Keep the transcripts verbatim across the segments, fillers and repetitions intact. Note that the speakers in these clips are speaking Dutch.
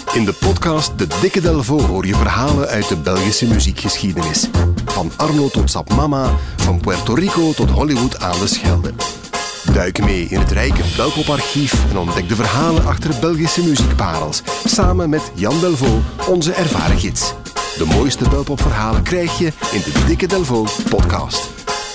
In de podcast De Dikke Delvaux hoor je verhalen uit de Belgische muziekgeschiedenis. Van Arno tot Sap Mama, van Puerto Rico tot Hollywood aan de Schelde. Duik mee in het rijke Belpoparchief en ontdek de verhalen achter Belgische muziekparels. Samen met Jan Delvaux, onze ervaren gids. De mooiste Belpopverhalen krijg je in de Dikke Delvaux podcast.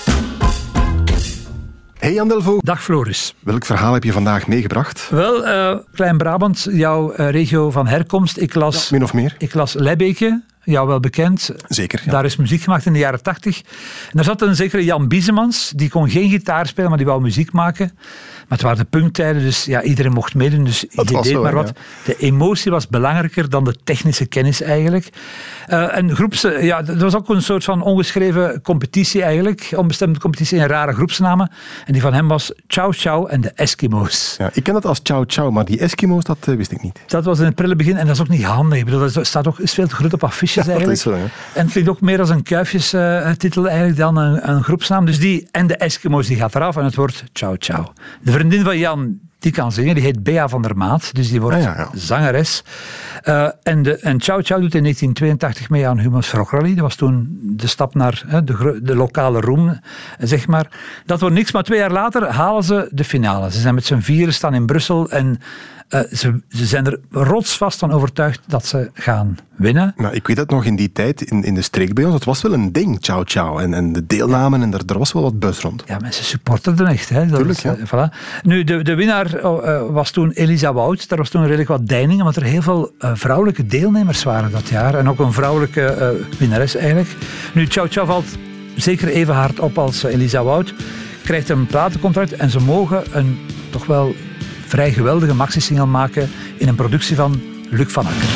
Hey Jan Delvaux. Dag Floris. Welk verhaal heb je vandaag meegebracht? Wel, uh, Klein-Brabant, jouw uh, regio van herkomst. Ik las, ja, min of meer. Ik las Lebbeke, jou wel bekend. Zeker, ja. Daar is muziek gemaakt in de jaren tachtig. En daar zat een zekere Jan Biesemans, die kon geen gitaar spelen, maar die wou muziek maken. Maar het waren de punktijden, dus ja, iedereen mocht meedoen, dus je deed zo, maar wat. Ja. De emotie was belangrijker dan de technische kennis eigenlijk. Uh, en groeps, ja, dat was ook een soort van ongeschreven competitie eigenlijk, onbestemde competitie in rare groepsnamen. En die van hem was Chow Chow en de Eskimo's. Ja, ik ken dat als Chow Chow, maar die Eskimo's, dat uh, wist ik niet. Dat was in het prille begin en dat is ook niet handig. Ik bedoel, dat staat ook, is veel te groot op affiches eigenlijk. Ja, dat is zo, ja. En het klinkt ook meer als een kuifjestitel uh, eigenlijk dan een, een groepsnaam. Dus die en de Eskimo's die gaat eraf en het wordt Chow Chow. De vriendin van Jan, die kan zingen, die heet Bea van der Maat, dus die wordt ah, ja, ja. zangeres. Uh, en, de, en Chow Chow doet in negentien tweeëntachtig mee aan Humo's Rock Rally. Dat was toen de stap naar hè, de, de lokale roem, zeg maar. Dat wordt niks, maar twee jaar later halen ze de finale. Ze zijn met z'n vieren, staan in Brussel en uh, ze, ze zijn er rotsvast van overtuigd dat ze gaan winnen. Nou, ik weet dat nog in die tijd, in, in de streek bij ons, het was wel een ding, Chow Chow. En, en de deelnamen, en er, er was wel wat buzz rond. Ja, mensen supporterden echt. Hè. Dat Tuurlijk, is, ja. Uh, voilà. Nu, de, de winnaar uh, was toen Elisa Wout. Daar was toen redelijk wat deining, omdat er heel veel uh, vrouwelijke deelnemers waren dat jaar. En ook een vrouwelijke uh, winnares eigenlijk. Nu, Chow Chow valt zeker even hard op als uh, Elisa Wout. Krijgt een platencontract en ze mogen een toch wel vrij geweldige maxi-single maken in een productie van Luc van Akker.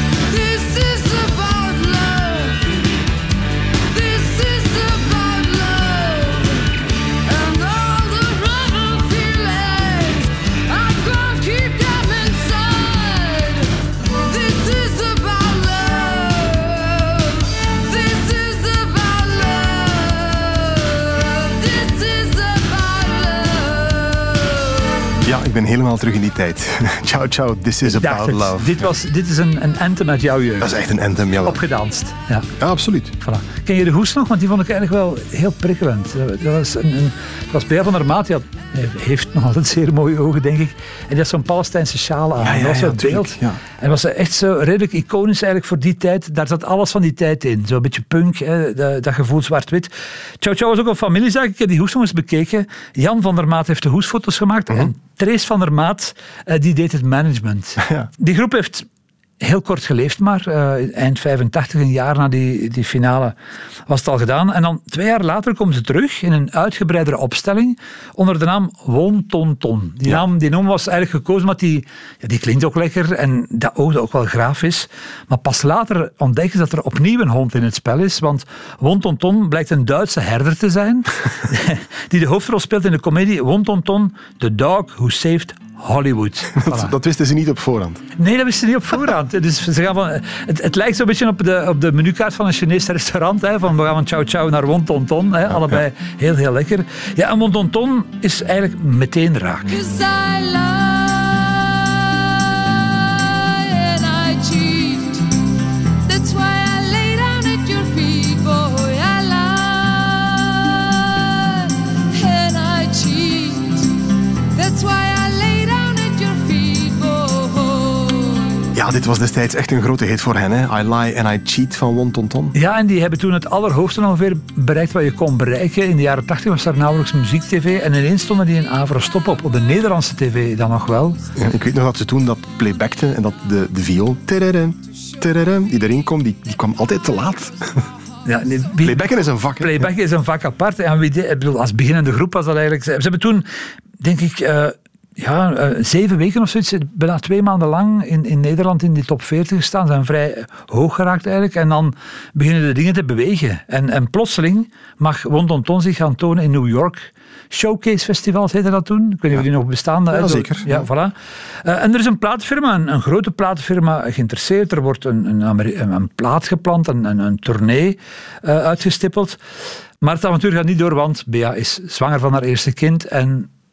Ja, ik ben helemaal terug in die tijd. Chow Chow, this is about het. love. Dit, was, dit is een, een anthem uit jouw jeugd. Dat is echt een anthem, ja. Opgedanst. Ja, ja absoluut. Voilà. Ken je de hoes nog? Want die vond ik eigenlijk wel heel prikkelend. Dat was, een, een, dat was Bea van der Maat. Die heeft nog altijd zeer mooie ogen, denk ik. En die had zo'n Palestijnse sjaal aan. Ja, ja, dat was ja, het beeld. Ja. En was echt zo redelijk iconisch eigenlijk voor die tijd. Daar zat alles van die tijd in. Zo'n beetje punk, hè, dat, dat gevoel zwart-wit. Chow Chow was ook een familiezaak. Ik heb die hoes nog eens bekeken. Jan van der Maat heeft de hoesfoto's gemaakt. Uh-huh. En Trace van der Maat, uh, die deed het management. Ja. Die groep heeft heel kort geleefd maar. Uh, eind vijfentachtig, een jaar na die, die finale, was het al gedaan. En dan twee jaar later komen ze terug in een uitgebreidere opstelling onder de naam Won Ton Ton. Die, ja. naam, die naam was eigenlijk gekozen omdat die, ja, die klinkt ook lekker en dat oogde ook wel grafisch. Maar pas later ontdekken ze dat er opnieuw een hond in het spel is. Want Won Ton Ton blijkt een Duitse herder te zijn die de hoofdrol speelt in de komedie Won Ton Ton, The Dog Who Saved Hollywood. Voilà. Dat, dat wisten ze niet op voorhand. Nee, dat wisten ze niet op voorhand. Dus ze gaan van, het, het lijkt zo'n beetje op de, op de menukaart van een Chinees restaurant. Hè, van we gaan van Chow Chow naar Won Ton Ton. Hè, ja, allebei ja. heel, heel lekker. Ja, en Won Ton Ton is eigenlijk meteen raak. Ja, dit was destijds echt een grote hit voor hen. Hè? I Lie and I Cheat van Won Ton Ton. Ja, en die hebben toen het allerhoogste ongeveer bereikt wat je kon bereiken. In de jaren tachtig was daar nauwelijks muziek-tv. En ineens stonden die in Avro Stop op. Op de Nederlandse tv dan nog wel. Ja, ik weet nog dat ze toen dat playbackten en dat de, de viool tadadam, tadadam, die erin kwam, die, die kwam altijd te laat. Ja, nee, wie, playbacken is een vak. Hè? Playbacken is een vak apart. En wie, ik bedoel, als beginnende groep was dat eigenlijk... Ze hebben toen, denk ik... Uh, Ja, uh, zeven weken of zoiets, bijna twee maanden lang in, in Nederland in die top veertig gestaan. Zijn vrij hoog geraakt eigenlijk. En dan beginnen de dingen te bewegen. En, en plotseling mag Won Ton Ton zich gaan tonen in New York. Showcase Festivals heette dat toen. Ik weet niet of die nog bestaan. Ja, zeker. Ja, ja. Voilà. Uh, en er is een platenfirma, een, een grote platenfirma geïnteresseerd. Er wordt een, een, een, een plaat gepland, een, een, een tournee uh, uitgestippeld. Maar het avontuur gaat niet door, want Bea is zwanger van haar eerste kind en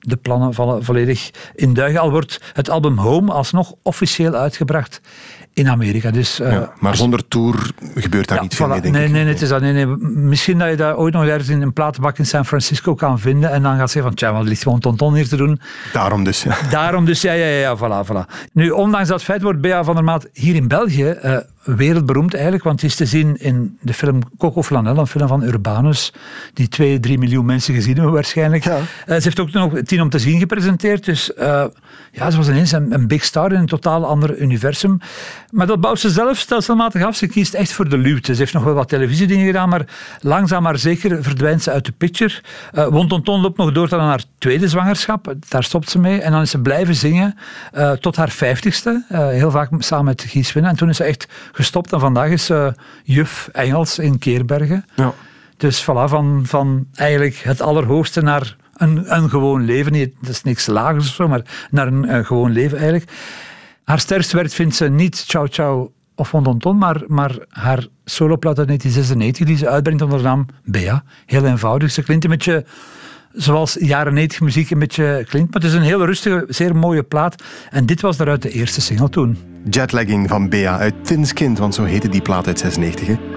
de plannen vallen volledig in duigen. Al wordt het album Home alsnog officieel uitgebracht in Amerika. Dus, uh, ja, maar zonder tour gebeurt daar ja, niet voilà. veel mee, denk nee, ik. Nee, nee, het is dat, nee, nee. Misschien dat je dat ooit nog ergens in een platenbak in San Francisco kan vinden en dan gaat zeggen van, tja, wat ligt gewoon tonton hier te doen. Daarom dus. Ja. Daarom dus, ja, ja, ja, voilà, voilà. Nu, ondanks dat feit wordt Bea van der Maat hier in België uh, wereldberoemd eigenlijk, want het is te zien in de film Coco Flanel, een film van Urbanus, die twee, drie miljoen mensen gezien hebben waarschijnlijk. Ja. Uh, ze heeft ook nog tien om te zien gepresenteerd, dus uh, ja, ze was ineens een, een big star in een totaal ander universum. Maar dat bouwt ze zelf stelselmatig af. Ze kiest echt voor de luwte. Ze heeft nog wel wat televisiedingen gedaan, maar langzaam maar zeker verdwijnt ze uit de picture. Uh, Wontonton loopt nog door tot aan haar tweede zwangerschap. Daar stopt ze mee. En dan is ze blijven zingen uh, tot haar vijftigste. Uh, heel vaak samen met Guy Swinne. En toen is ze echt gestopt. En vandaag is ze juf Engels in Keerbergen. Ja. Dus voilà, van, van eigenlijk het allerhoogste naar een, een gewoon leven. Niet, dat is niks lagers of zo, maar naar een, een gewoon leven eigenlijk. Haar sterkste werk vindt ze niet Ciao Ciao of Wontonton, maar, maar haar soloplaat uit negentien zesennegentig die ze uitbrengt onder de naam Bea. Heel eenvoudig. Ze klinkt een beetje zoals jaren negentig muziek een beetje klinkt, maar het is een heel rustige, zeer mooie plaat. En dit was daaruit de eerste single toen. Jetlagging van Bea uit Thin Skinned, want zo heette die plaat uit zesennegentig. Hè?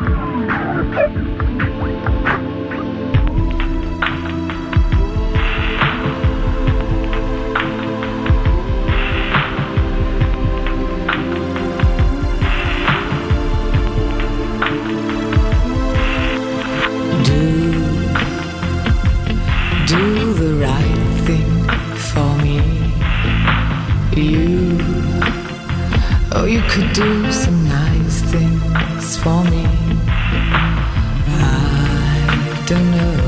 You could do some nice things for me. I don't know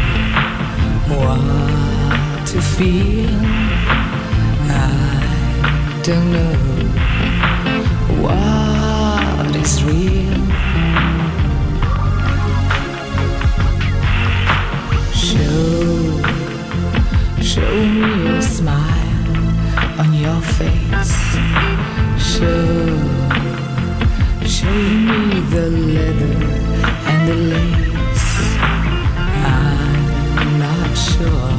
what to feel. I don't know what is real. Show, show me your smile on your face. Show, show me the leather and the lace. I'm not sure.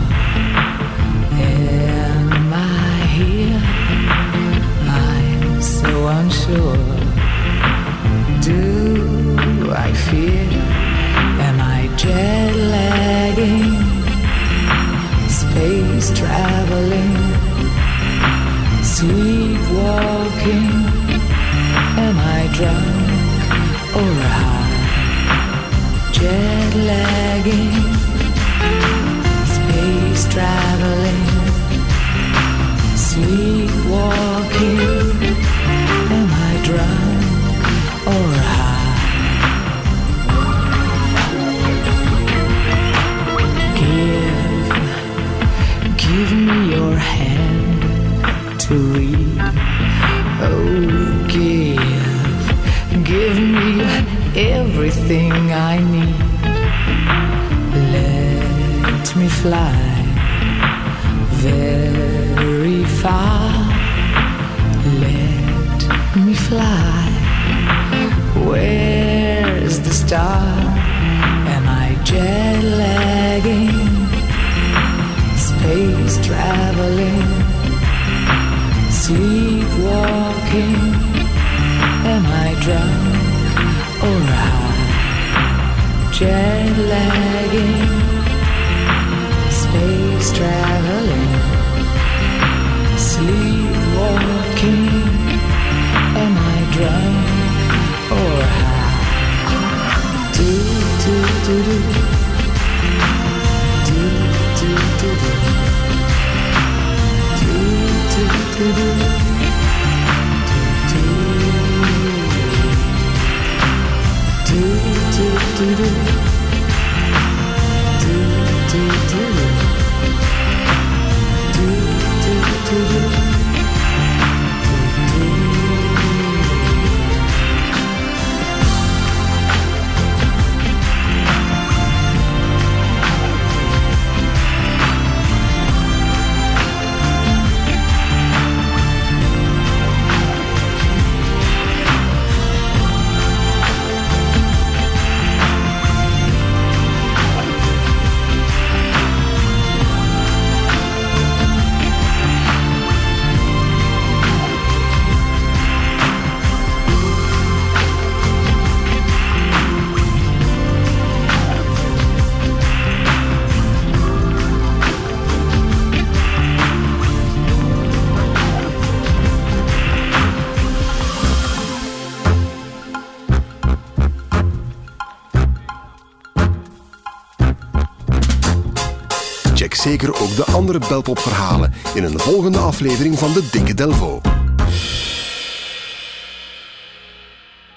Am I here? I'm so unsure. Do I fear? Am I jet lagging? Space traveling? Sleepwalking, am I drunk or high? Jet lagging, space traveling, sleepwalking, am I drunk or high? Give, give me your hand to read. Oh, give, give me everything I need. Let me fly very far. Let me fly. Where's the star? Am I jet lagging? Space traveling? Sleepwalking, am I drunk or high? Jet lagging, space traveling, sleepwalking, am I drunk or high? Do do do do, do do do do. Do, do, do, do, do, do, do. Check zeker ook de andere Belpop-verhalen in een volgende aflevering van de Dikke Delvaux.